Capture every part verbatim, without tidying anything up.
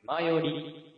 前より。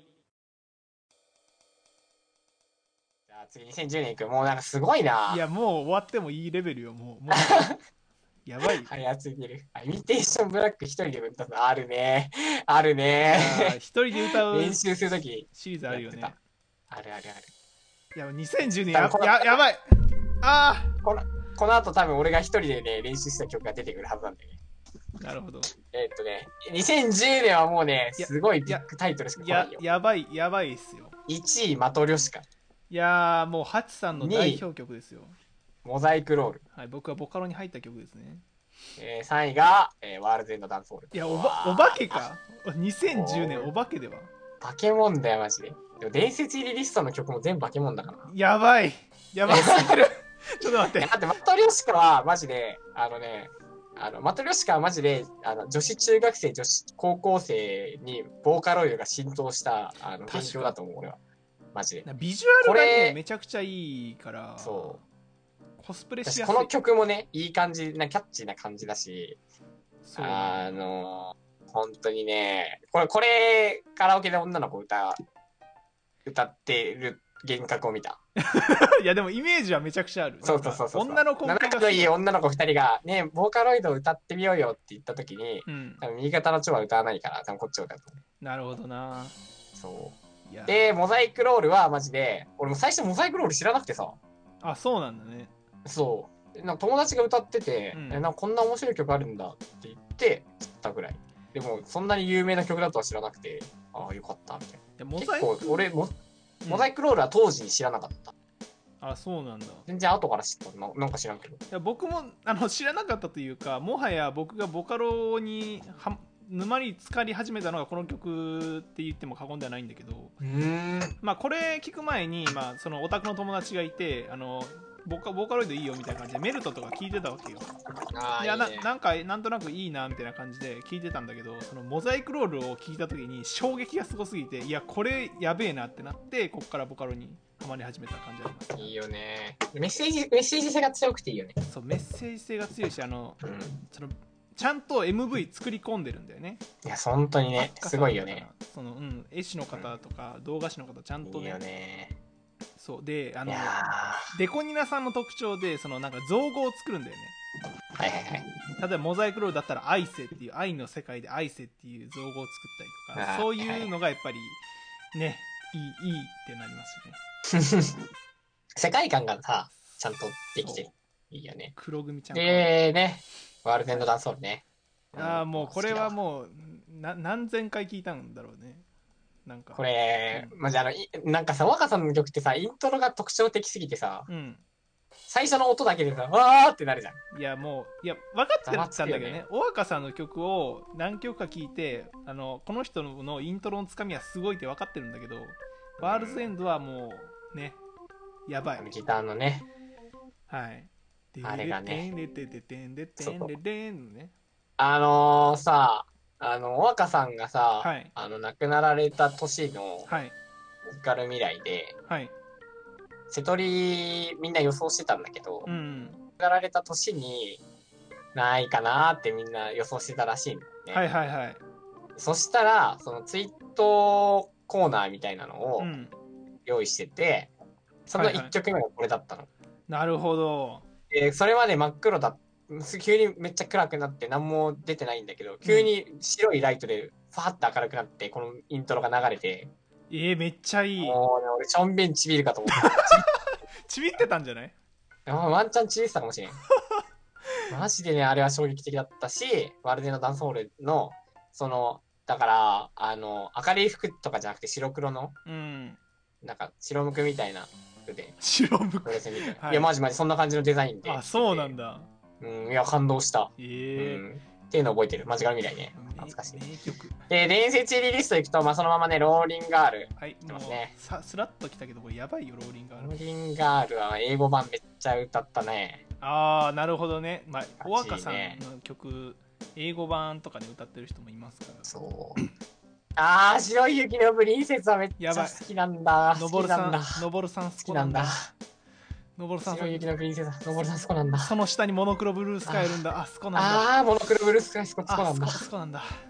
じゃあ次にせんじゅうねんいく。もうなんかすごいな。 いや、もう終わってもいいレベルよ、もう。もうやばい。 早すぎる。あ、イミテーションブラック一人で歌ったのあるね。あるいやーね。 一人で歌う練習するときシリーズあるよね。 やってた。あるあるある。 いや、にせんじゅうねんや多分このややばい。あこの、この後多分俺が一人でね、練習した曲が出てくるはずなんだよね。 あ、なるほど。 えーっとね、にせんじゅうねんはもうね、 いやすごいビッグタイトルしか来なやいよ。 やばい、やばいっすよ。 いちい、マトリョシカ。 いやー、もうハチさんの代表曲ですよ。 モザイクロール。 はい、僕はボカロに入った曲ですね。 えー、さんいが、えーワールドエンドダンスホール。 いや、おうわーばお化けか。にせんじゅうねんお化けでは。 バケモンだよ、マジで。でも伝説入りリストの曲も全部バケモンだからな。 やばい。やばすぎる。ちょっと待って。 だってマトリョシカはマジで、あのね、あのマトリョシカはマジであの女子中学生、女子高校生にボーカロイドが浸透したあの確か現象だと思う、俺は。マジで。 ビジュアルがこね、 れめちゃくちゃいいから、 そコスプレう。 しやすい。 私この曲もね、いい感じな、キャッチーな感じだし、 そうあの本当にね、これ、これ、カラオケで女の子歌、歌ってる幻覚を見た。 いやでもイメージはめちゃくちゃある。 そうそうそうそう。 女の子が仲のいい女の子二人が、ね、ボーカロイドを歌ってみようよって言った時に、 うん、 多分右肩の蝶は歌わないから、多分こっちを歌うと思なるほどな。 う。そ。 いうやで、モザイクロールはマジで、俺も最初モザイクロール知らなくてさ、 あ、そうなんだね。 そう。なんか友達が歌ってて、 うんえなんかこんな面白い曲あるんだって言って知ったぐらい。でも、そんなに有名な曲だとは知らなくて、ああ、よかった、みたいな。 でモザイク結構、俺モ、 うんモザイクロールは当時に知らなかった。 あ、そうなんだ。い全然後から知ったな。なんか知らんけど。 や僕もあの知らなかったというか、もはや僕がボカロには沼に浸かり始めたのがこの曲って言っても過言ではないんだけど、 うーん。 まあこれ聞く前に、まあ、そのオタクの友達がいて、あのボカボーカロイドいいよみたいな感じでメルトとか聞いてたわけよ。 ああ、 いやいいね。 ななんかなんとなくいいなみたいな感じで聞いてたんだけど、そのモザイクロールを聞いた時に衝撃がすごすぎて、いやこれやべえなってなって、ここからボカロにハマり始めた感じあります。 いいよね。メッセージ、メッセージ性が強くていいよね。 そうメッセージ性が強いし、あのうん。 そのちゃんと エムブイ 作り込んでるんだよね。 いや、本当にね、 作家さんすごいよね。 その、うん、絵師の方とか動画師の方ちゃんとね。 いいよね。 そうで、あのいやーデコニナさんの特徴で、そのなんか造語を作るんだよね。 はいはいはい。 例えばモザイクロールだったら愛せっていう、愛の世界で愛せっていう造語を作ったりとか、 あーそういうのがやっぱりね、いいいいってなりますよね。 世界観がさ、ちゃんとできてる。いいよね。 黒組ちゃんで、ね、ワールドエンドダンスホールね。 ああ、もうこれはう。 もうな何千回聞いたんだろうね。なんかこれ、まじあの、いなんかさ、若さんの曲ってさ、イントロが特徴的すぎてさ、 うん最初の音だけでさ、わーってなるじゃん。 いやもういや分かってたんだけどねざわつくよね大若さんの曲を何曲か聴いて、あのこの人のイントロのつかみはすごいって分かってるんだけど、ワールズエンドはもうねやばいあのギターのね、 はいあれがねででででででででででのねあのー、さ、あの、若さんがさ、 はいあの、亡くなられた年のはい光る未来で、 はい瀬戸りみんな予想してたんだけど、亡うんくなられた年にないかなーってみんな予想してたらしいんだよね。 はいはいはいそしたら、そのツイートコーナーみたいなのをうん用意してて、そのいっきょくめがこれだったの。 なるほどで、それまで真っ黒だ、急にめっちゃ暗くなって何も出てないんだけど、急に白いライトでファーって明るくなって、このイントロが流れて、 えー、めっちゃいいもうね、俺、ちょんべんちびるかと思った。 ちびってたんじゃない？ あワンチャンちびってたかもしれん。マジでね、あれは衝撃的だったし、ワールデンのダンスホールの、その、だから、あの、明るい服とかじゃなくて白黒の、 うんなんか白むくみたいな服で、 白むプロレスみたいな。 はいいや、マジマジそんな感じのデザインで。 あそうなんだうん、いや、感動した。 えうえーん。っていうのを覚えてる。マジカル未来ね。 名懐かしい。 名曲で、伝説入りリスト行くと、まあ、そのままね、ローリンガール。 はい、もうてますねさスラッときたけど、これやばいよ、ローリングある。 ローリンガールは英語版めっちゃ歌ったね。 ああ、なるほどね。まあ、お熱いね若さんの曲、英語版とかで歌ってる人もいますから。 そう。あー、白い雪のプリンセスはめっちゃやばい好きなんだ。 のぼるさん好きなんだ。、 のぼるさん、 好きなんだ。 のぼるさん、 白い雪のプリンセス、のぼるさん、そこなんだ。 その下にモノクロブルースカイいるんだ。あそこなんだ。 あー、モノクロブルースカイ、そこあ、そこ、 なんだ。 そこなんだ。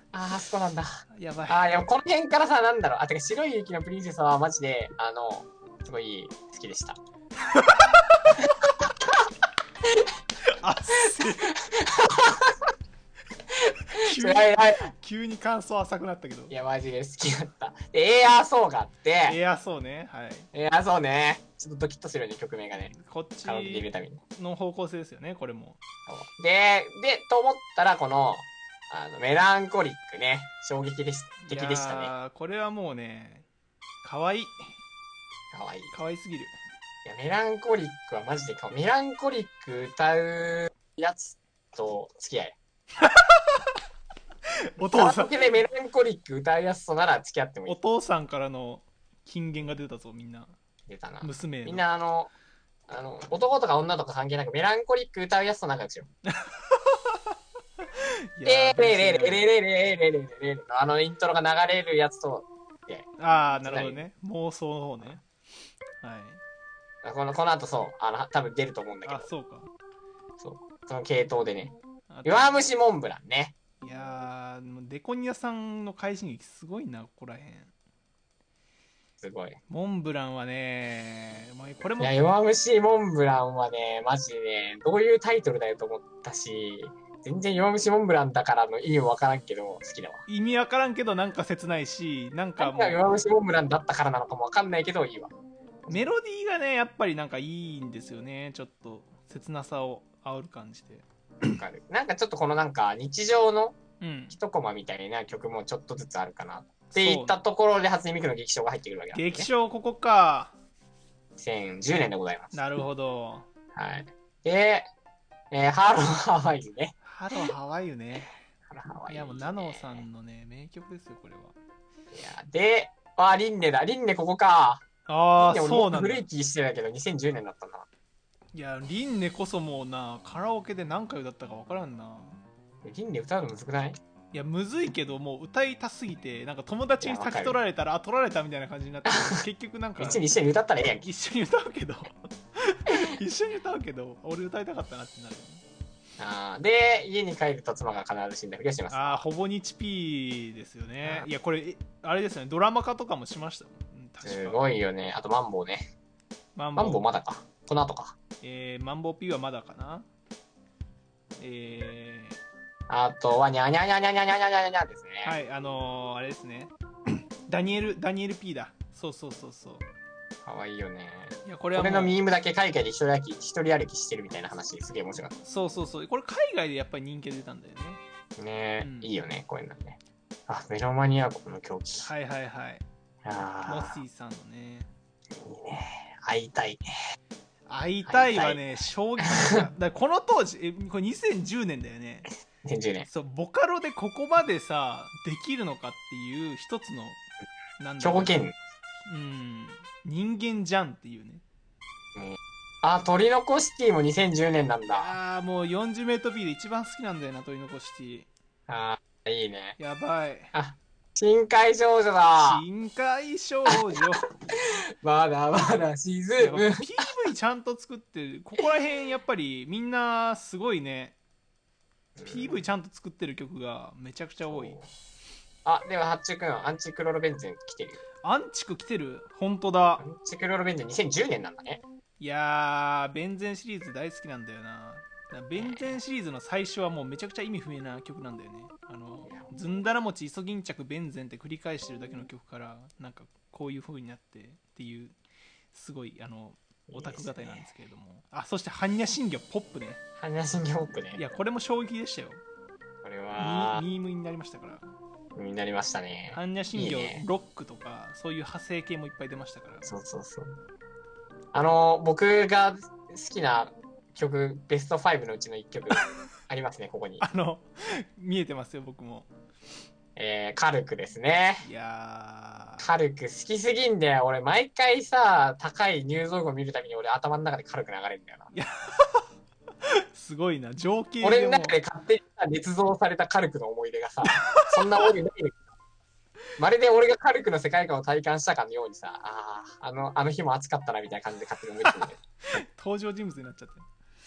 ああ、そうなんだ。 やばい。 ああ、いや、この辺からさ、なんだろう。あ、てか、白い雪のプリンセスはマジで、あの、すごい好きでした。 あっせ急にいやいやい急に感想浅くなったけど。 や、マジで好きだった。で、エアーソーがあって、 エアそうね。はい。 エアーソーね、ちょっとドキッとするよね、曲名がね。 こっちカラオケで入れるために。 の方向性ですよね、これも。 そうで、で、と思ったら、この、あの、メランコリックね、衝撃的でしたね。 いやーこれはもうね、かわいい。 かわいい。いかわいすぎる。 や、メランコリックはマジでかわいい。メランコリック歌うやつと付き合い。 お父さんカラオケでメランコリック歌うやつとなら付き合ってもいおい。 父さんからの金言が出たぞ、みんな。 出たな。 娘へのみんなあの、あの、男とか女とか関係なくメランコリック歌うやつと仲良くしよう。 いレやーレレレレレレレレレレのあのイントロが流れるやつと、 ああ、なるほどね。妄想の方ね。はい。 この、この後そう、あの、多分出ると思うんだけど、、 あそうか。 そう、その系統でね。 あ弱虫モンブランね。 いやー、もうデコニアさんの快進撃すごいな、ここらへん。 すごい。 モンブランはね、まあ、これもいや、弱虫モンブランはね、マジでね、どういうタイトルだよと思ったし、全然弱虫モンブランだからの意味もわからんけど、好きだわ。 意味わからんけどなんか切ないし、なんか何もうが弱虫モンブランだったからなのかもわかんないけど、いいわ。 メロディーがね、やっぱりなんかいいんですよね。ちょっと切なさを煽る感じで。 わかる。なんかちょっとこのなんか日常のうん。 一コマみたいな曲もちょっとずつあるかなっていったところで初音ミクの劇場が入ってくるわけなんで、ね。 劇場ここか。 にせんじゅうねんでございます。 なるほど。 はい。で、えー、ハローハワイズね。 ハローハワイユね。 ハローハワイズ、ね。 いやもうナノさんのね、名曲ですよ、これは。 いや、で、あ、リンネだ。リンネここか。 ああ、 リンネそうなんだ。 俺古い気してたけど、にせんじゅうねんだったんだ。 いや、リンネこそもうな、カラオケで何回歌ったか分からんな。 リンネ歌うのむずくない？ いや、むずいけど、もう歌いたすぎて、なんか友達に先取られたら、あ、取られたみたいな感じになって、結局なんか、 一緒に一緒に歌ったらええやんけ。 一緒に歌うけど、一緒に歌うけど、俺歌いたかったなってなるよね。 あーで、家に帰ると妻が必ず死んだふりをします。 ああ、ほぼ日 P ですよね。いや、これ、あれですよね、ドラマ化とかもしましたもん。確かすごいよね。あと、マンボウね。 マンマンボウボウ、 まだか。この後か。 えー、マンボウ P はまだかな。えあとは、にゃにゃにゃにゃにゃにゃにゃにゃにゃですね。 ー、はい、あのー、あれですね。ダニエル、ダニエル P だ。そうそうそうそう。 かわいいよね。 いや、これはこもうれのミームだけ海外で一人歩き、一人歩きしてるみたいな話、すげえ面白かっそうそうそう。これ海外でやっぱり人気が出たんだよね。 た。ねえ、 うんいいよね、こういうのね。あ、メロマニア国の狂気。 はいはいはい。モあッシーさんのね。 ー、いいね。会いたいね。 会いたいはね、衝撃だ。だからこの当時、え、これにせんじゅうねんだよね。 にせんじゅうねん。 そう、ボカロでここまでさ、できるのかっていう一つの、なんだろう狂言。 うん、人間じゃんっていうね。 あ、鳥のコシティもにせんじゅうねんなんだ。 ああ、もう よんじゅうメートル P で一番好きなんだよな、取り残しティ。 あー、いいね。 やばい。 あ、深海少女だ。 深海少女。 まだまだ沈やっぱむ。 ピーブイ ちゃんと作ってる。ここら辺やっぱりみんなすごいね。ピーブイ ちゃんと作ってる曲がめちゃくちゃ多い。 あ、でも、ハッチュくん、アンチクロロベンゼン来てるよ。 アンチク来てる本当だア。ンチクロロベンゼンにせんじゅうねんなんだね。 いやー、ベンゼンシリーズ大好きなんだよな。ベンゼンシリーズの最初はもうめちゃくちゃ意味不明な曲なんだよね。あの、ずんだら餅、イソギンチャク、ベンゼンって繰り返してるだけの曲から、なんかこういう風になってっていう、すごい、あの、オタク型なんですけれども。あ、そして、般若心経ポップね。 般若心経ポップね。 いや、これも衝撃でしたよ。 これは、 ミームになりましたから。 になりましたね。 般若心経いいねロックとか、そういう派生系もいっぱい出ましたから。 そうそうそう。あの、僕が好きな曲、ベストごのうちのいっきょくありますね、ここに。 あの、見えてますよ、僕も。 えー、カルクですね。 いやー。 カルク好きすぎんだよ。俺、毎回さ、高い入場後見るたびに俺頭の中でカルク流れるんだよな。 すごいな、情景俺でもの中で勝手にさ捏造されたカルクの思い出がさ、そんな多いないのにまるで俺がカルクの世界観を体感したかのようにさ、ああ、あの、あの日も暑かったなみたいな感じで勝手に思ってるんで。 登場人物になっちゃって。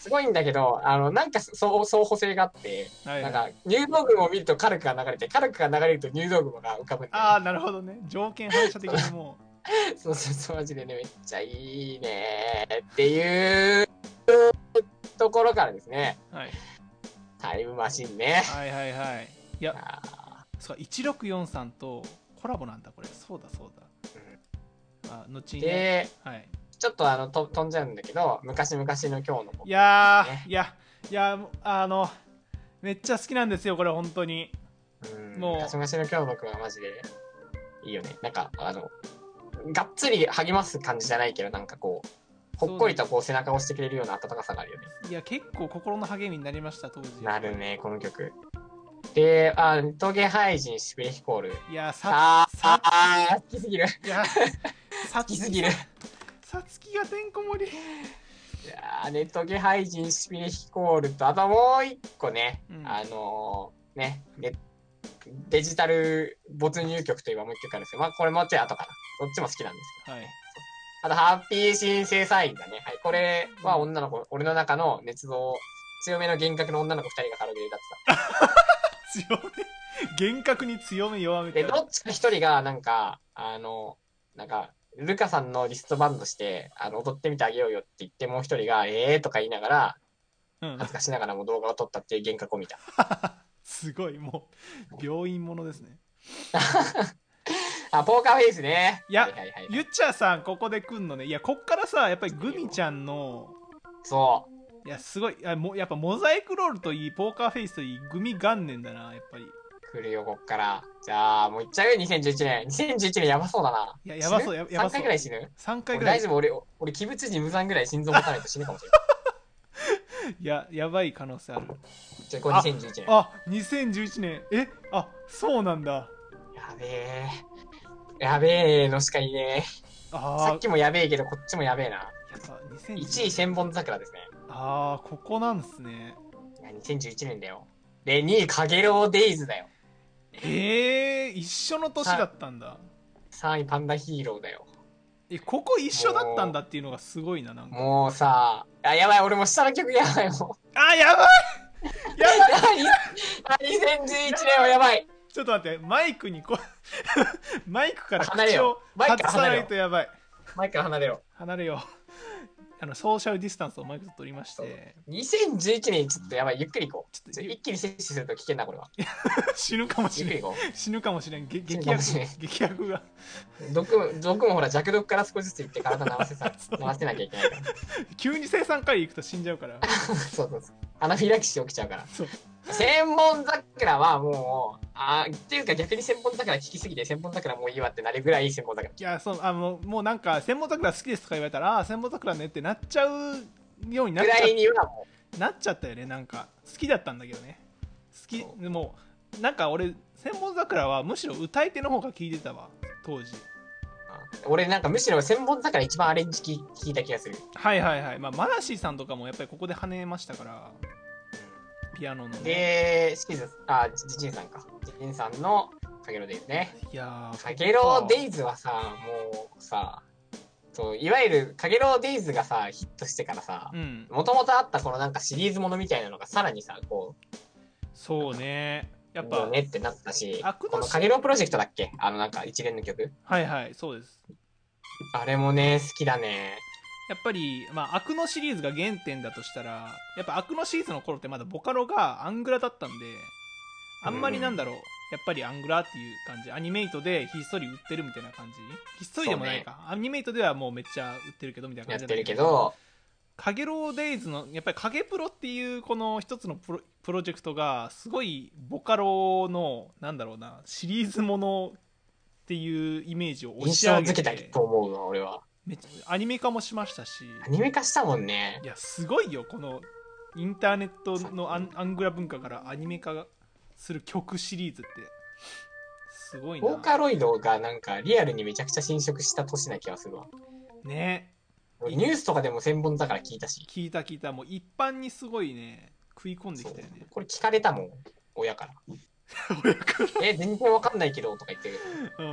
すごいんだけど、あの、なんかそう相補性があって、 はいはい、 なんか入道雲を見るとカルクが流れて、カルクが流れると入道雲が浮かぶんだよね。 ああ、なるほどね。条件反射的にもそうそうそう、マジでね、めっちゃいいねっていうところからですね、 う、はい、 タイムマシンね。 はいはいはい。いや、 あそういちろくよんさんとコラボなんだこれ。そうだそうだ。あ、後ーにね。 で、 はい。 ちょっとあのと飛んじゃうんだけど、昔々の今日の僕、 いやー、 ね。 いや、いや、あの、めっちゃ好きなんですよ、これ、本当に。 うん、 も昔々の今日の僕はマジでいいよね。なんか、あの、がっつり励ます感じじゃないけど、なんかこう、ほっこりとこう背中を押してくれるような温かさがあるよね。 う、いや、結構心の励みになりました、当時。 なるね、この曲。で、あ、峠ハイジンシュプレヒコール。 いや、 ささ、さ、 あ、好きすぎる。 いや、さ好きすぎる。 さつきがてんこ盛り。 いやー、ネトゲハイジンシュプレヒコールと、あともう一個ね、 うん、 あのー、ね、ね、デジタル没入曲といえばもう一曲あるんですけど、まあこれもうちょい後かな。そっちも好きなんですけど。 はい。 あと、ハッピーシンセサインだね。はい。これは女の子、俺の中の熱造、強めの幻覚の女の子二人がカラオケで歌って強め。幻覚に強め弱めた。で、 てどっちか一人が、なんか、あの、なんか、ルカさんのリストバンドして、あの、踊ってみてあげようよって言って、もう一人が、えーとか言いながら、 うん、 恥ずかしながらも動画を撮ったっていう幻覚を見た。 すごい、もう、病院ものですね。 あ、ポーカーフェイスね。 いや、 はいはいはい、 ゆっちゃさん、ここで来んのね。いや、こっからさ、やっぱりグミちゃんの、 そいや、すごい、あもやっぱモザイクロールといい、ポーカーフェイスといい、グミ元年だな、やっぱり。 う。来るよ、こっから。じゃあ、もう行っちゃうよ、にせんじゅういちねん。にせんじゅういちねんやばそうだな。 いや、やばそう、ややばさんかいそう。 ぐらい死ぬさんかいぐらい。 俺大丈夫、俺、俺、鬼物人無惨ぐらい心臓持たないと死ぬかもしれない。 いや、やばい可能性ある。 じゃあ、これにせんじゅういちねん。 あ、にせんじゅういちねん。え、あ、そうなんだ。 やべえ。やべえのしかいねえ。 あさっきもやべえけど、こっちもやべえな。 やっぱにせんじゅういちい千本桜ですね。 ああ、ここなんすね。 いや、にせんじゅういちねんだよ。で、にい、かげろうデイズだよ。 ええー、一緒の年だったんだ。 さんい、パンダヒーローだよ。 え、ここ一緒だったんだっていうのがすごいな、なんか。 もうさ、あ、やばい、俺も下の曲やばい、もう。 あ、やばいやばいやばいあ、にせんじゅういちねんはやばい。 ちょっと待って、マイクにこマイクから離れよ口をマイク外さなから離れよいとやばい。 マイクから離れよ離れよう。あの、ソーシャルディスタンスをマイクと取りましう。 て。 にせんじゅういちねんちょっとやばい、ゆっくり行こう。 ちょっとちょ一気に摂取すると危険だ、これは。 死ぬかもしれん。 ゆっくり行こ死ぬかもしれん。げ死ぬ劇薬かもしれん、 劇薬が。 う。毒、毒もほら、弱毒から少しずついって体流せさ、流せなきゃいけないから。 急に生産回行くと死んじゃうから。 そうそうそう。アナフィラキシー起きちゃうから。 そう。 千本桜はもう、あっていうか逆に千本桜聞きすぎて千本桜もういいわってなるぐらい千本桜。 いや、そう、あの、もうなんか、千本桜好きですとか言われたら、ああ、千本桜ねってなっちゃうようになっちゃぐらいにはもなっちゃったよね。なんか、好きだったんだけどね。好き、 そうでも、なんか俺、千本桜はむしろ歌い手の方が聞いてたわ、当時。 う、俺なんかむしろ千本桜一番アレンジ聞聞いた気がする。 はいはいはい。まあ、マナシーさんとかもやっぱりここで跳ねましたから、ピアノのね。 で、シーズン、あ、ジジンさんか。ジジンさんのかげろうデイズね。 いやー、 かげろうデイズ。 ズはさ、もうさ、そう、いわゆるかげろうデイズがさ、ヒットしてからさう、ん。 もともとあったこのなんかシリーズものみたいなのがさらにさ、こそうね。やう、 っぱ、 ねってなったし、 アクノこのかげろうプロジェクトだっけ、あのなんか一連の曲。 はいはい、そうです。 あれもね、好きだね。 やっぱり、まあ、アクノシリーズが原点だとしたら、やっぱアクノシリーズの頃ってまだボカロがアングラだったんで、あんまりなんだろう、やっぱりアングラっていう感じ、アニメイトでひっそり売ってるみたいな感じ。ひっそりでもないか。アニメイトではもうめっちゃ売ってるけどみたいな感じやってるけど、 かげろうデイズの、やっぱり影プロっていうこの一つのプロプロジェクトが、すごいボカロの、なんだろうな、シリーズものっていうイメージを押し印象上げて、 づけたと思うわ、俺は。 めっちゃアニメ化もしましたし、 アニメ化したもんねい。やすごいよ、このインターネットのアンアングラ文化からアニメ化する曲シリーズってすごいな。 ボーカロイドがなんかリアルにめちゃくちゃ侵食した年な気がするわ。 ね、 ニュースとかでも千本桜聞いたし。 聞いた聞いた。もう一般にすごいね、食い込んできたよね。 これ聞かれたもん、親から。 親からえ、全然わかんないけどとか言ってる。 うん。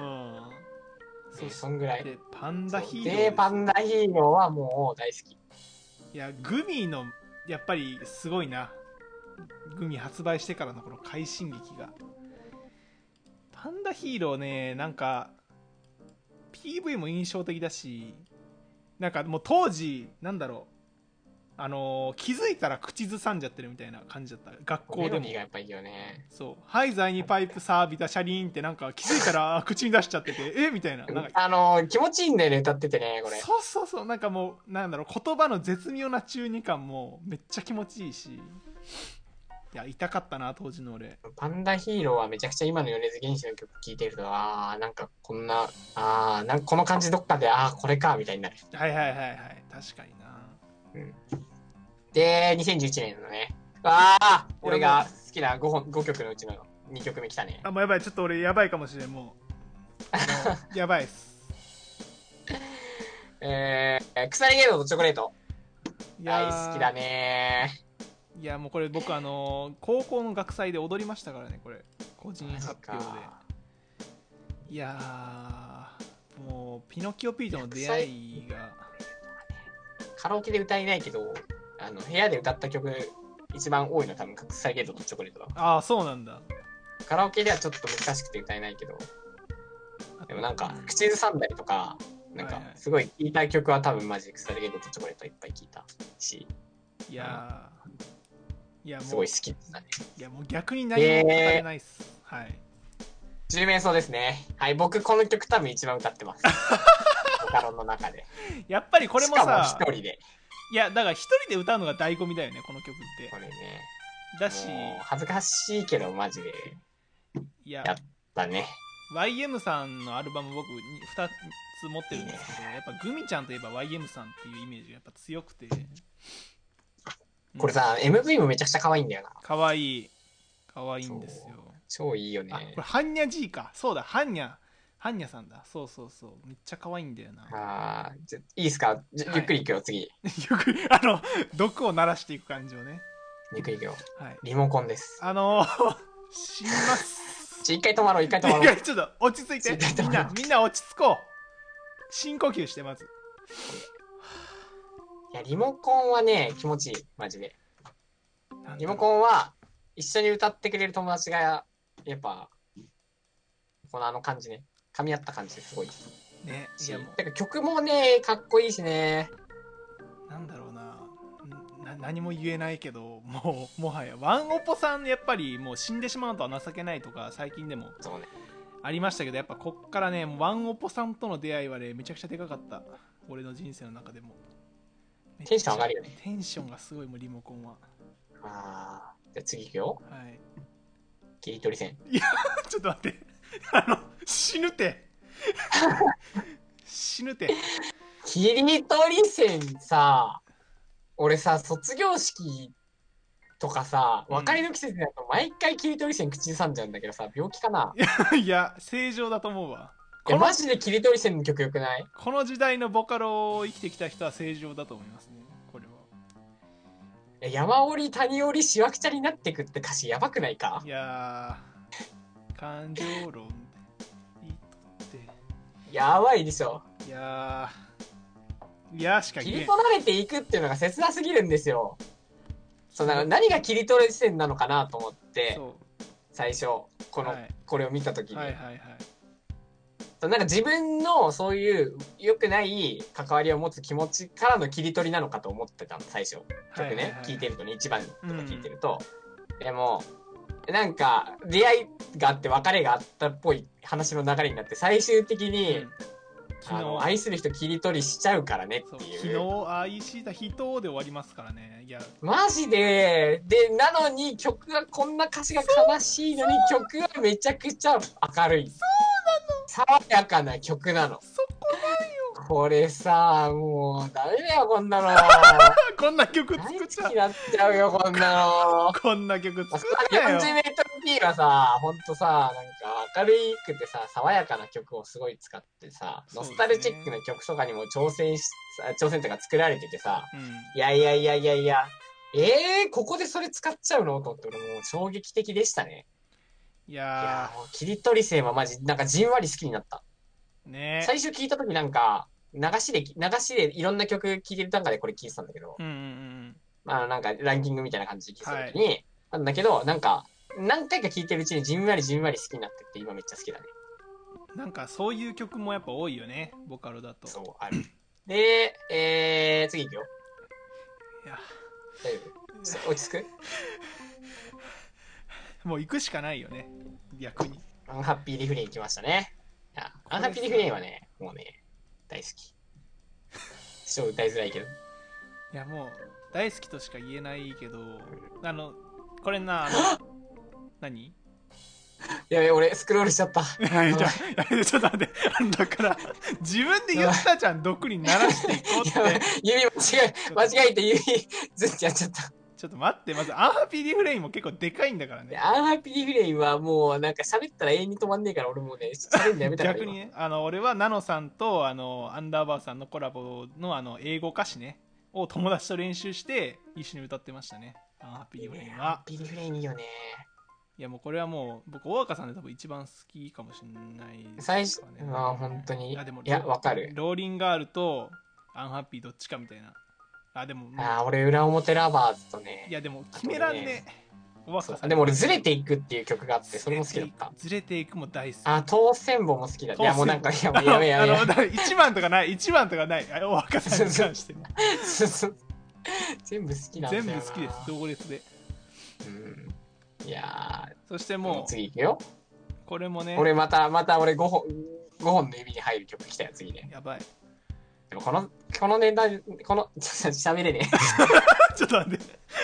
そう、そんぐらい。 で、パンダヒーローで、パンダヒーローはもう大好き。 いや、グミの、いやっぱりすごいな、グミ発売してからのこの快進撃が。パンダヒーローね、なんか ピーブイ も印象的だし、なんかもう当時なんだろう、あのー、気づいたら口ずさんじゃってるみたいな感じだった。学校でもメロディーがやっぱいいよね。 そう「はいザイにパイプサービタシャリーン」ってなんか気づいたら口に出しちゃっててえみたいな、なんかあのー、気持ちいいんだよね、歌っててね、これ。 そうそうそう、なんかもうなんだろう、言葉の絶妙な中二感もめっちゃ気持ちいいし、いや痛かったな当時の俺。 パンダヒーローはめちゃくちゃ今の米津玄師の曲聴いてると、あー、なんかこんな、あー、なんかこの感じどっかで、あー、これか、みたいになる。 はいはいはいはい、確かにな。 うん。で、にせんじゅういちねんのね。あー、俺が好きなごほん、ごきょくのうちのにきょくめ来たね。 あ、もうやばい、ちょっと俺やばいかもしれん、もうもうやばいっす。 えー、腐りゲートとチョコレート。 いや大好きだねー。いやもうこれ僕あのー高校の学祭で踊りましたからね、これ個人発表で。いやーもうピノキオピーとの出会いが。 カラオケで歌えないけど、あの部屋で歌った曲一番多いの多分腐りゲートとチョコレートだ。 ああそうなんだ。 カラオケではちょっと難しくて歌えないけど、でもなんか口ずさんだりとか、なんかすごい聴いた曲は多分マジで腐りゲートとチョコレートいっぱい聴いたし、 いやーいやもうすごい好きだね。 いやもう逆に何も語れないっす、えー、はい。 十面相ですね。はい、僕この曲多分一番歌ってます。ボカロの中で。 やっぱりこれもさ、 しかも一人で。 いやだから一人で歌うのが醍醐味だよね、この曲って。 これね。 だし、 恥ずかしいけどマジでいややったね。 ワイエム さんのアルバム僕にふたつ持ってるんですけど、やっぱグミちゃんといえば ワイエム さんっていうイメージがやっぱ強くて。 これさ、うん、エムブイ もめちゃくちゃ可愛いんだよな。 可愛い可愛いんですよ。 超いいよね。 あ、これハンニャ G か。そうだ、ハンニャハンニャさんだ。そうそうそう、めっちゃ可愛いんだよな。 あー、じゃいいっすか、じゃ、はい、ゆっくりいくよ次。 ゆっくり、あの毒を鳴らしていく感じをね。 ゆっくりいくよ。 はい。 リモコンです。 あのー、死にます。 ちょ一回止まろう、一回止まろう。 いやちょっと落ち着いて、みんなみんな落ち着こう。深呼吸してまず。 いやリモコンはね気持ちいいマジで。リモコンは一緒に歌ってくれる友達がやっぱこのあの感じね、噛み合った感じですごいね。 いやもうてか曲もねかっこいいしね。 なんだろうな、な何も言えないけど、もうもはやワンオポさんやっぱりもう死んでしまうとは情けないとか最近でもありましたけど、やっぱこっからねワンオポさんとの出会いはねめちゃくちゃでかかった、俺の人生の中でも。 テンション上がるよね。 テンションがすごいもうリモコンは。 あー、じゃあ次いくよ。 はい。 切り取り線。 いやちょっと待って、あの死ぬて死ぬて。 切り取り線さ、俺さ卒業式とかさ別れの季節だと毎回切り取り線口ずさんじゃうんだけどさ、病気かな。 いや正常だと思うわ。 いやマジで切り取り線の曲よくない？ この時代のボカロを生きてきた人は正常だと思いますね、これは。 山折り谷折りしわくちゃになってくって歌詞やばくないか？ いやー感情論いいってやばいでしょ。 いやーいやしか切り取られていくっていうのが切なすぎるんですよ。そうな何が切り取り線なのかなと思って最初この、はい、これを見た時に、はいはいはい、なんか自分のそういう良くない関わりを持つ気持ちからの切り取りなのかと思ってたの最初曲ね、はいはいはい、聞いてるとねいちばんとか聞いてると、うん、でもなんか出会いがあって別れがあったっぽい話の流れになって最終的に、うん、あの愛する人切り取りしちゃうからねっていう。 昨日愛した人で終わりますからね。いやマジででなのに曲がこんな歌詞が悲しいのに曲はめちゃくちゃ明るい。爽やかな曲なの。 そこなんよ。 これさもうダメだよこんなの。 こんな曲作っちゃう。 大好きになっちゃうよこんなの。 こんな曲作っちゃうよ。 よんじゅうメートル P はさほんとさなんか明るくてさ爽やかな曲をすごい使ってさ、ノスタルチックな曲とかにも挑戦し挑戦とか作られててさ、うん、いやいやいやいやいやえー、ここでそれ使っちゃうのと思って俺もう衝撃的でしたね。 いやー切り取り線はマジなんかじんわり好きになったね。 最初聞いた時なんか流しで流しでいろんな曲聴いてる中でこれ聴いてたんだけど、うんうんうん、 あの、なんかランキングみたいな感じで聞いたときに、はい、なんだけど、なんか、何回か聴いてるうちにじんわりじんわり好きになってって、今めっちゃ好きだね。 なんかそういう曲もやっぱ多いよね、ボカロだと。 そう、ある。で、えー、次行くよ。 いや。 大丈夫？落ち着く？ もう行くしかないよね、逆に。 アンハッピーリフレイン来ましたね。いや、アンハッピーリフレインはね、もうね、大好き。超歌いづらいけど。 いや、もう、大好きとしか言えないけど、あの、これな、あの、何？ やべ、俺、スクロールしちゃった。 やべ、ちょっと待って。だから、自分で言ったじゃん、毒に鳴らしていこうって。 指間違え、間違えて指、ずっとやっちゃった。 ちょっと待って、まず、アンハッピーリフレインも結構でかいんだからね。 アンハッピーリフレインはもう、なんか喋ったら永遠に止まんねえから、俺もうね、喋るのやめたから。 逆にね、あの、俺はナノさんと、あの、アンダーバーさんのコラボの、あの、英語歌詞ね、を友達と練習して、一緒に歌ってましたね。アンハッピーリフレインは。 アンハッピーリフレインいいよね。 いやもうこれはもう僕大若さんで多分一番好きかもしれないです、ね、 最初あ本当にいやでもいやわかるローリンガールとアンハッピーどっちかみたいなあでもあ俺裏表ラバーズとねいやでも決めらんね大若さんでも俺ずれていくっていう曲があってそれも好きだったずれていくも大好きあ当選簿も好きだいやもうなんかいやもうやめやめやめいちばんとかないいちばんとかない大若さんに関して全部好きなんだよな全部好きです同列でうんいやそしてもう次いくよこれもね俺またまた俺ごほんごほんの指に入る曲来たよ次ねやばいでもこのこの年代このちょっと喋れねちょっと待って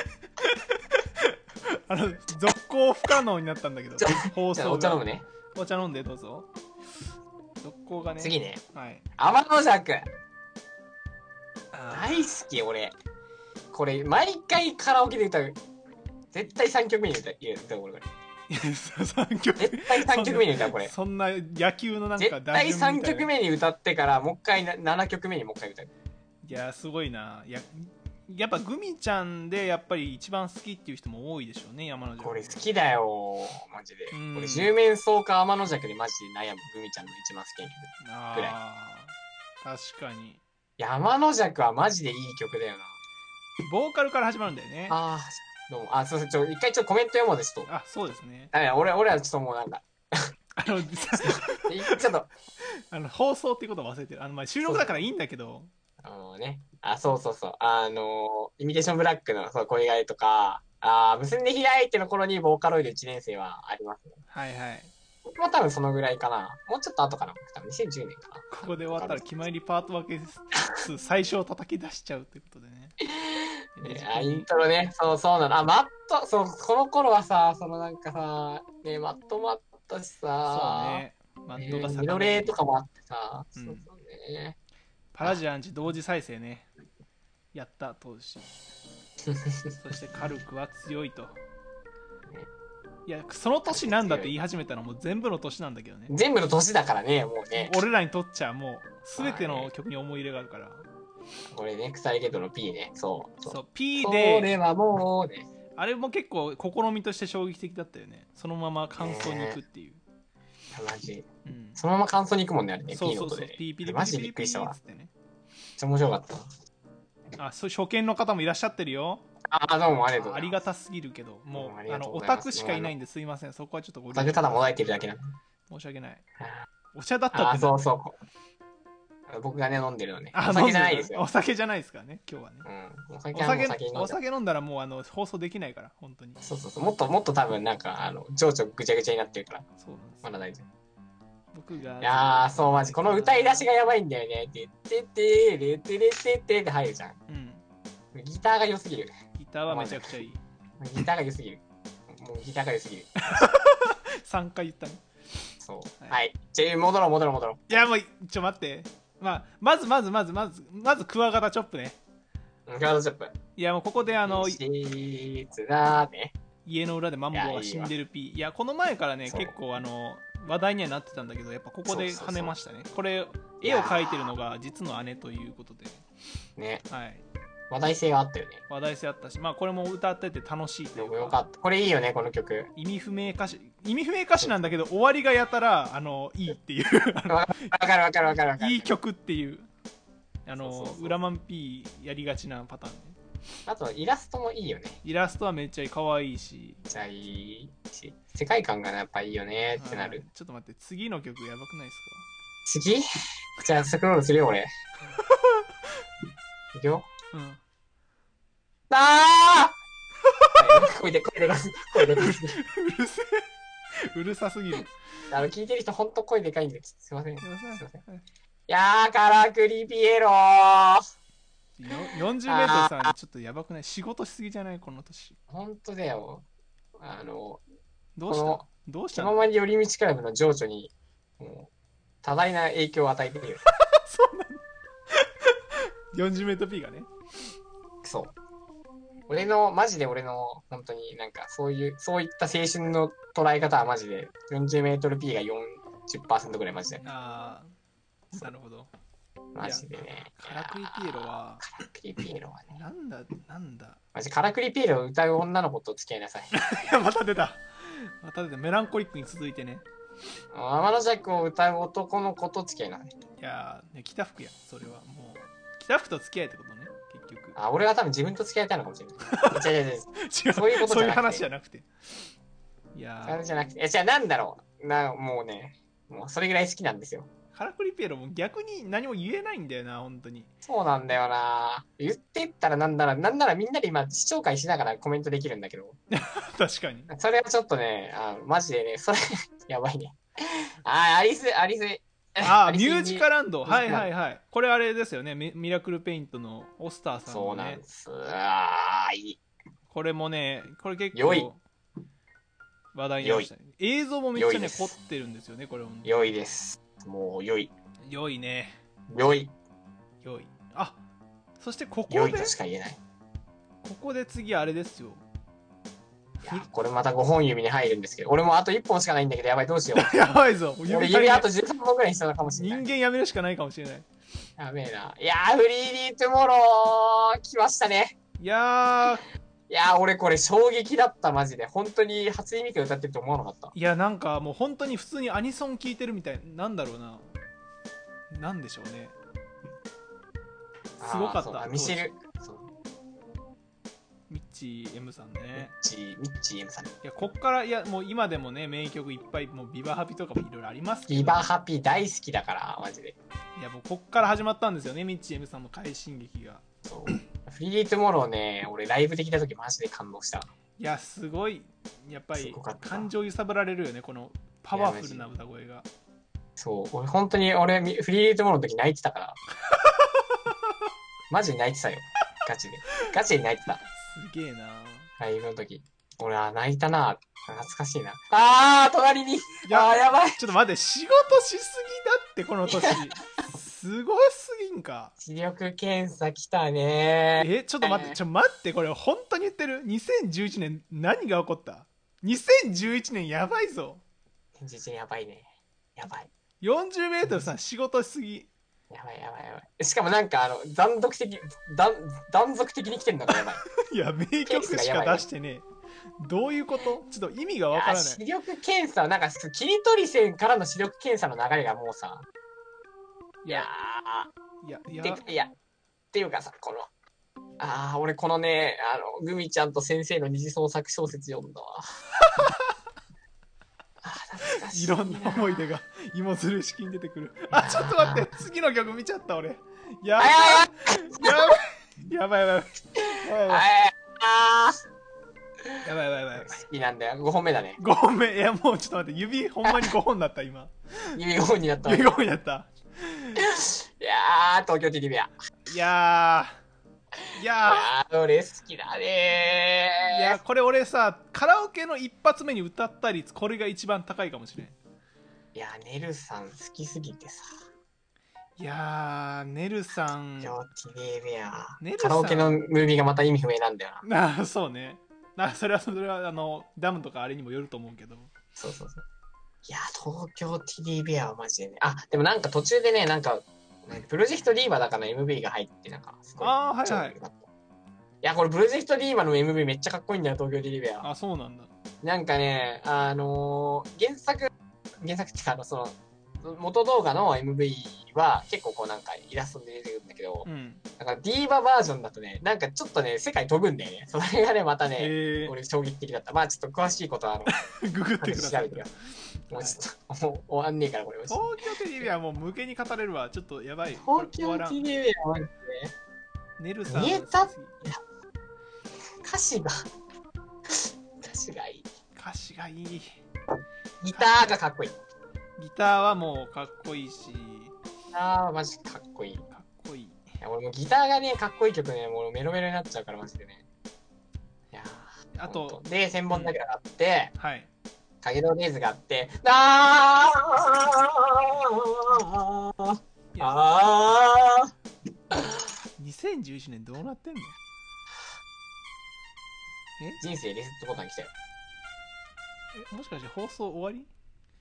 あの続行不可能になったんだけど放送がお茶飲むねお茶飲んでどうぞ続行がね次ねはい天の弱大好き俺これ毎回カラオケで歌う絶対さんきょくめに歌う歌うこれさんきょく絶対さんきょくめに歌うこれそんな野球のなんか絶対さんきょくめに歌ってからもう一回ななきょくめにもう一回歌ういやすごいなややっぱグミちゃんでやっぱり一番好きっていう人も多いでしょうね山のこれ好きだよマジで俺十面相か天の弱でマジで悩むグミちゃんの一番好きな曲ぐらい確かに山の弱はマジでいい曲だよなボーカルから始まるんだよねああどうもあすいませんちょ一回ちょっとコメント読もうですとあそうですねあ俺俺はちょっともうなんかあのちょっとあの放送っていうことを忘れてるあのまあ収録だからいいんだけどあのねあそうそうそうあのイミテーションブラックのそう恋がいとかあ結んで開いての頃にボーカロイドいちねん生はありますねはいはい僕も多分そのぐらいかなもうちょっと後かな多分にせんじゅうねんかなここで終わったら決まりパート分け最初を叩き出しちゃうってことでねあイントロねそうそうなのあマットそうこの頃はさそのなんかさねマットもあったしさそうねマットがミドレーとかもあってさ、うん、そうそうねパラジアンチ同時再生ねやった当時そして軽くは強いといやその年なんだって言い始めたのはもう全部の年なんだけどね全部の年だからねもうね俺らにとっちゃもう全ての曲に思い入れがあるからこれね腐りゲットの P ねそうそう P でそれはもうねあれも結構試みとして衝撃的だったよねそのまま感想に行くっていう、 えー、マジ、うん、そのまま感想に行くもんねあれね P の音で、ね、 ピーピーマジでびっくりしたわめっちゃ面白かったあそう初見の方もいらっしゃってるよあどうもありがとうございますありがたすぎるけどもうあのオタクしかいないんですいませんそこはちょっとごオタクただもらえてるだけな申し訳ないお茶だったってあそうそう僕がね飲んでるのねお酒じゃないですよお酒じゃないですからね今日はね、 うん、お酒はお酒お酒飲んだらもうあの放送できないから本当にそうそうそうもっともっと多分なんかあの情緒ぐちゃぐちゃになってるからそうなんですまだ大丈夫僕がいやーそうマジこの歌い出しがやばいんだよねてってってれってれってってって入るじゃんうんギターが良すぎるギターはめちゃくちゃいいギターが良すぎるもうギターが良すぎるさんかい言ったねそうはい、はい、じゃ戻ろう戻ろう戻ろういやもうちょ待ってまあまずまずまずまずまずクワガタチョップねクワガタチョップいやもうここであのだね家の裏でマンボウが死んでる P いやこの前からね結構あの話題にはなってたんだけどやっぱここで跳ねましたねこれ絵を描いてるのが実の姉ということでねはい話題性があったよね話題性あったしまあこれも歌ってて楽しいというかよかったこれいいよねこの曲意味不明歌詞意味不明歌詞なんだけど終わりがやたらあのいいっていうわかるわかるわかるわかるいい曲っていうあの裏マン P やりがちなパターンねあとイラストもいいよね。 イラストはめっちゃ可愛いし。 めっちゃいいし、世界観がやっぱいいよねってなる。 ちょっと待って、次の曲やばくないですか？次じゃあスクロールするよ、俺。いくよ。うん。あー声で、声でかす、声でかすぎる。 うるせえ。うるさすぎる。 あの、聞いてる人ほんと声でかいんで、すいません。すいません。いやー、カラクリピエロー。 よんじゅうメートルさん、ちょっとやばくない？仕事しすぎじゃない？この年。 ほんとだよ。あの、 どうしたどうしたの気ままに寄り道クラブの情緒に、もう、多大な影響を与えてるよ。 そうなんだ。よんじゅうメートル P がね。そう。 俺の、マジで俺の、本当になんか、そういう、そういった青春の捉え方はマジで、よんじゅうメートル P がよんじゅっパーセント ぐらいマジで。ああ、なるほど。 マジでね。 カラクリピエロは、 カラクリピエロはね。 なんだ、なんだ。 マジカラクリピエロを歌う女の子と付き合いなさい。いや、また出た。また出た。メランコリックに続いてね。 天の弱を歌う男の子と付き合いなさい。 いやー、ね、北福や、それは。もう、北福と付き合いってことね、結局。 あ、俺は多分自分と付き合いたいのかもしれない。違う違う違う。違う、そういうことじゃなくて。 そういう話じゃなくて。 いやー。それじゃなくて。え、じゃあなんだろう。な、もうね、もうそれぐらい好きなんですよ。 カラクリピエロも逆に何も言えないんだよな、本当に。 そうなんだよな。言ってったらなんなら、なんならみんなで今視聴会しながらコメントできるんだけど。 確かに。 それはちょっとね、あマジでね、それ、やばいね。あ、アリス、アリス。 あ、ミュージカランド。はいはいはい。これあれですよね。ミミラクルペイントのオスターさんの、ね。そうなんです。あー、いい。これもね、これ結構話題になりましたね。映像もめっちゃね、凝ってるんですよね、これも。 良いです。もう良い。 良いね。 良い。 良い。あ、そしてここで。 良いとしか言えない。 ここで次あれですよ。 いや、これまたごほん指に入るんですけど、俺もあといっぽんしかないんだけど、やばい、どうしよう。やばいぞ。 指指あとじゅうさんぼんぐらいにしたのかもしれない。 人間やめるしかないかもしれない。 やべえな。いやー、フリーリートゥモロー、来ましたね。 いやー。 いやー、俺これ衝撃だった、マジで。本当に初音ミク歌ってると思わなかった。 いや、なんかもう本当に普通にアニソン聴いてるみたい。なんだろうな。なんでしょうね。すごかった。 ミシェル。 ミッチー M さんね。 ミッチー、ミッチー M さん。いや、こっから、いや、もう今でもね、名曲いっぱい、もうビバハピとかもいろいろありますけど。 ビバハピ大好きだから、マジで。 いや、もうこっから始まったんですよね、ミッチー M さんの快進撃が。 そう。フリーリートゥモローね、俺ライブできた時マジで感動した。 いや、すごい、やっぱり、感情揺さぶられるよね、このパワフルな歌声が。 そう、俺本当に、俺、フリーリートゥモローの時泣いてたから。マジで泣いてたよ。ガチで。ガチで泣いてた。 すげえな。 ライブの時。俺は泣いたな。懐かしいな。あー、隣に。いやー、やばい。 ちょっと待って、仕事しすぎだって、この年。すごすぎんか。 視力検査来たねー。 え、ちょっと待って、ちょ、待って、これ本当に言ってる ?にせんじゅういちねん何が起こった ?にせんじゅういち 年やばいぞ。 にせんじゅういちねんやばいね。やばい。 よんじゅうメートルさん仕事しすぎ。 やばいやばいやばい。しかもなんかあの、断続的、断、断続的に来てんだからやばい。 いや、名曲しか出してねえ。どういうこと？ちょっと意味がわからない。 視力検査、なんか、切り取り線からの視力検査の流れがもうさ、いやー、いや、いや、ていや、っていうかさ、この、あー、俺このね、あの、グミちゃんと先生の二次創作小説読んだわ。あー、懐かしい。 いろんな思い出が芋づる式に出てくる。あ、ちょっと待って、次の曲見ちゃった俺。やばい。やばいやばい。やばいやばい。あー。やばいやばいやばい。 好きなんだよ。ごほんめだね。 ごほんめ。いや、もうちょっと待って、指ほんまにごほんだった、今。 指ごほんになった。 指ごほんになった。 いやー、東京テレビや。 いやー。いやー。俺好きだねー。いや、これ俺さ、カラオケの一発目に歌った率、これが一番高いかもしれん。 いやー、ネルさん好きすぎてさ。 いやー、ネルさん。 東京テレビや。カラオケのムービーがまた意味不明なんだよな。ああ、そうね。なそれはそれはあのダムとかあれにもよると思うけど。 そうそうそう。いや東京 ティービー はマジでね。あ、でもなんか途中でね、なんかプロジェクトディーバだからの エムブイ が入ってなんかすごい。 ああ、はいはい。いやこれプロジェクトディーバの エムブイ めっちゃかっこいいんだよ、東京 ティービー は。 あ、そうなんだ。 なんかね、あのー、原作原作ってかあのその元動画の エムブイ は結構こうなんかイラストで出てくるんだけど、 うん。 だからディーババージョンだとね、なんかちょっとね、世界飛ぶんだよね。それがね、またね、 へー俺衝撃的だった。まあちょっと詳しいことは、あの、 ググってください。 調べてよ。もうちょっと、もう終わんねえから、これ。 東京テレビはもう無限に語れるわ。ちょっとやばい。 東京 ティービー はマジで、 ネルさん。 見えた歌詞が、歌詞がいい。 歌詞がいい。 ギターがかっこいい。 ギターはもうかっこいいし。 ギターはマジかっこいい。かっこいい。いや俺もギターがね、かっこいい曲ね、もうメロメロになっちゃうからマジでね。いやあと、 で、千本桜があって、 うん、はい。 かげろうデイズがあって、あーあーにせんじゅういちねんどうなってんの？ え人生リセットボタン来たよ。 え、もしかして放送終わり？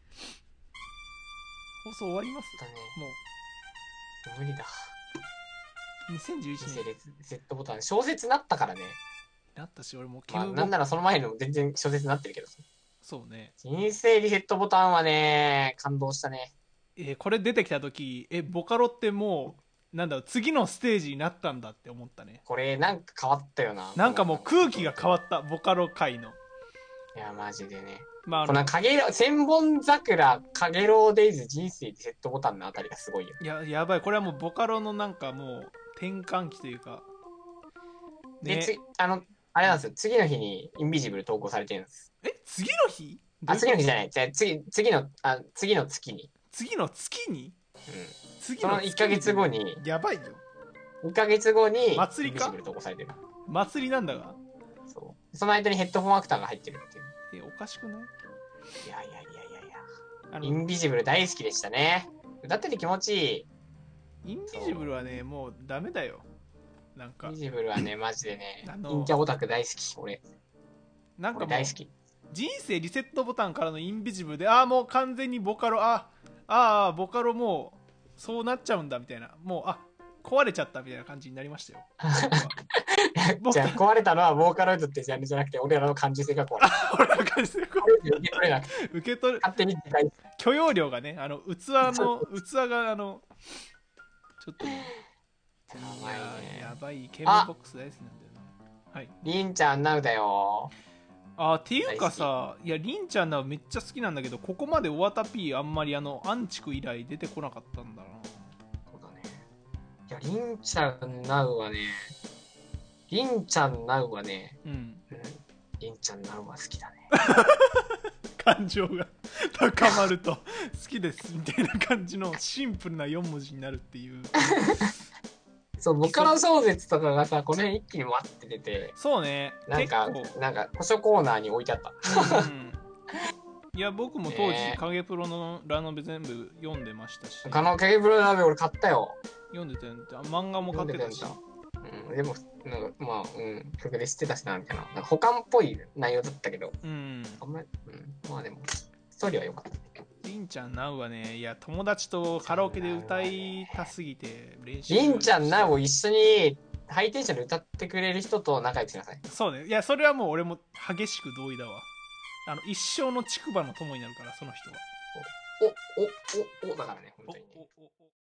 放送終わります？ だね。 もう。無理だ。 にせんじゅういちねん。 人生リセットボタン。小説なったからね。 なったし、俺もう、 まあ、なんならその前のも全然小説になってるけど。 そうね。 人生リセットボタンはね、感動したね。 えー、これ出てきたとき、え、ボカロってもう、なんだろう、次のステージになったんだって思ったね。 これ、なんか変わったよな。 なんかもう空気が変わった、ボカロ界の。 いや、マジでね。 まあ、 このかげろう、千本桜、かげろうデイズ、人生リセットボタンのあたりがすごいよ。 いや、やばい。これはもうボカロのなんかもう、転換期というか。 ね、で、つあの、あれなんですよ。次の日にインビジブル投稿されてるんです。 え、次の日？ あ、次の日じゃない。じゃ次、次の、あ、次の月に。 次の月に？ うん。 次のそのいっかげつごに。 やばいよ。 いっかげつごに、 祭りか？ インビジブル投稿されてる。 祭りなんだが。 そう。その間にヘッドホンアクターが入ってるっていう。 え、おかしくない？ いやいやいやいやいや。インビジブル大好きでしたね。歌ってて気持ちいい。インビジブルはね、もうダメだよ。なんか。 インビジブルはね、マジでね、陰キャオタク大好き、俺。 なんかもう、 大好き。 人生リセットボタンからのインビジブルで、ああ、もう完全にボカロ、ああ、ボカロもう、そうなっちゃうんだみたいな。もう、あ、壊れちゃったみたいな感じになりましたよ。 じゃあ壊れたのはボーカロイドってジャンルじゃなくて俺らの感受性が壊れた。 俺らの感受性が壊れた。受け取れなくて。 受け取る。 勝手に許容量がね、あの器の器があのちょっと、ね、 やばいね。 やばい。ケーブルボックス大好きなんだよな。はい。 りんちゃんナウだよ。 あっていうかさ、いやりんちゃんナウめっちゃ好きなんだけど、ここまでおわた P あんまりあのアンチク以来出てこなかったんだな。 そうだね。いやりんちゃんナウはね。りんちゃんナウはね、 うん。 りんちゃんナウは好きだね。 感情が高まると好きですみたいな感じのシンプルなよん文字になるっていう。 そう、ボカロ小説とかがさ、この辺一気にわって出て。 そうね。 なんか、なんか図書コーナーに置いてあった。 うん、いや、僕も当時、影プロのラノベ全部読んでましたし。 あの影プロのラノベ俺買ったよ。 読んでたよ。漫画も買ってたし。 うん、でも、なんかまあ、うん、曲で知ってたしな、みたいな。なんか保管っぽい内容だったけど、 うん。 あんまり、うん、まあでも、ストーリーは良かった。 りんちゃんナウはね、いや、友達とカラオケで歌いたすぎて練習。 りんちゃんナウを一緒にハイテンションで歌ってくれる人と仲良くしなさい。 そうね。いや、それはもう俺も激しく同意だわ。あの、一生の竹馬の友になるから、その人は。 お、お、お、おだからね、本当にね。おおお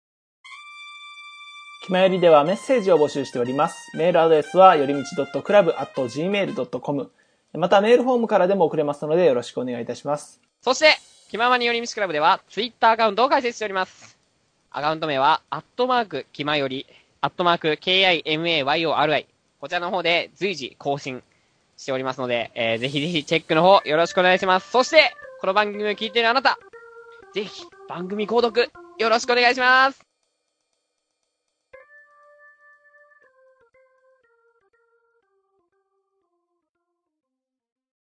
気まよりではメッセージを募集しております。メールアドレスはよりみち .club アット ジーメール ドットコム。またメールフォームからでも送れますのでよろしくお願いいたします。 そして、気ままによりみちクラブではツイッターアカウントを開設しております。アカウント名は、アットマーク、気まより、アットマーク、ケーアイエムエーワイオーアールアイ。こちらの方で随時更新しておりますので、えー、ぜひぜひチェックの方よろしくお願いします。そして、この番組を聞いているあなた、ぜひ番組購読よろしくお願いします。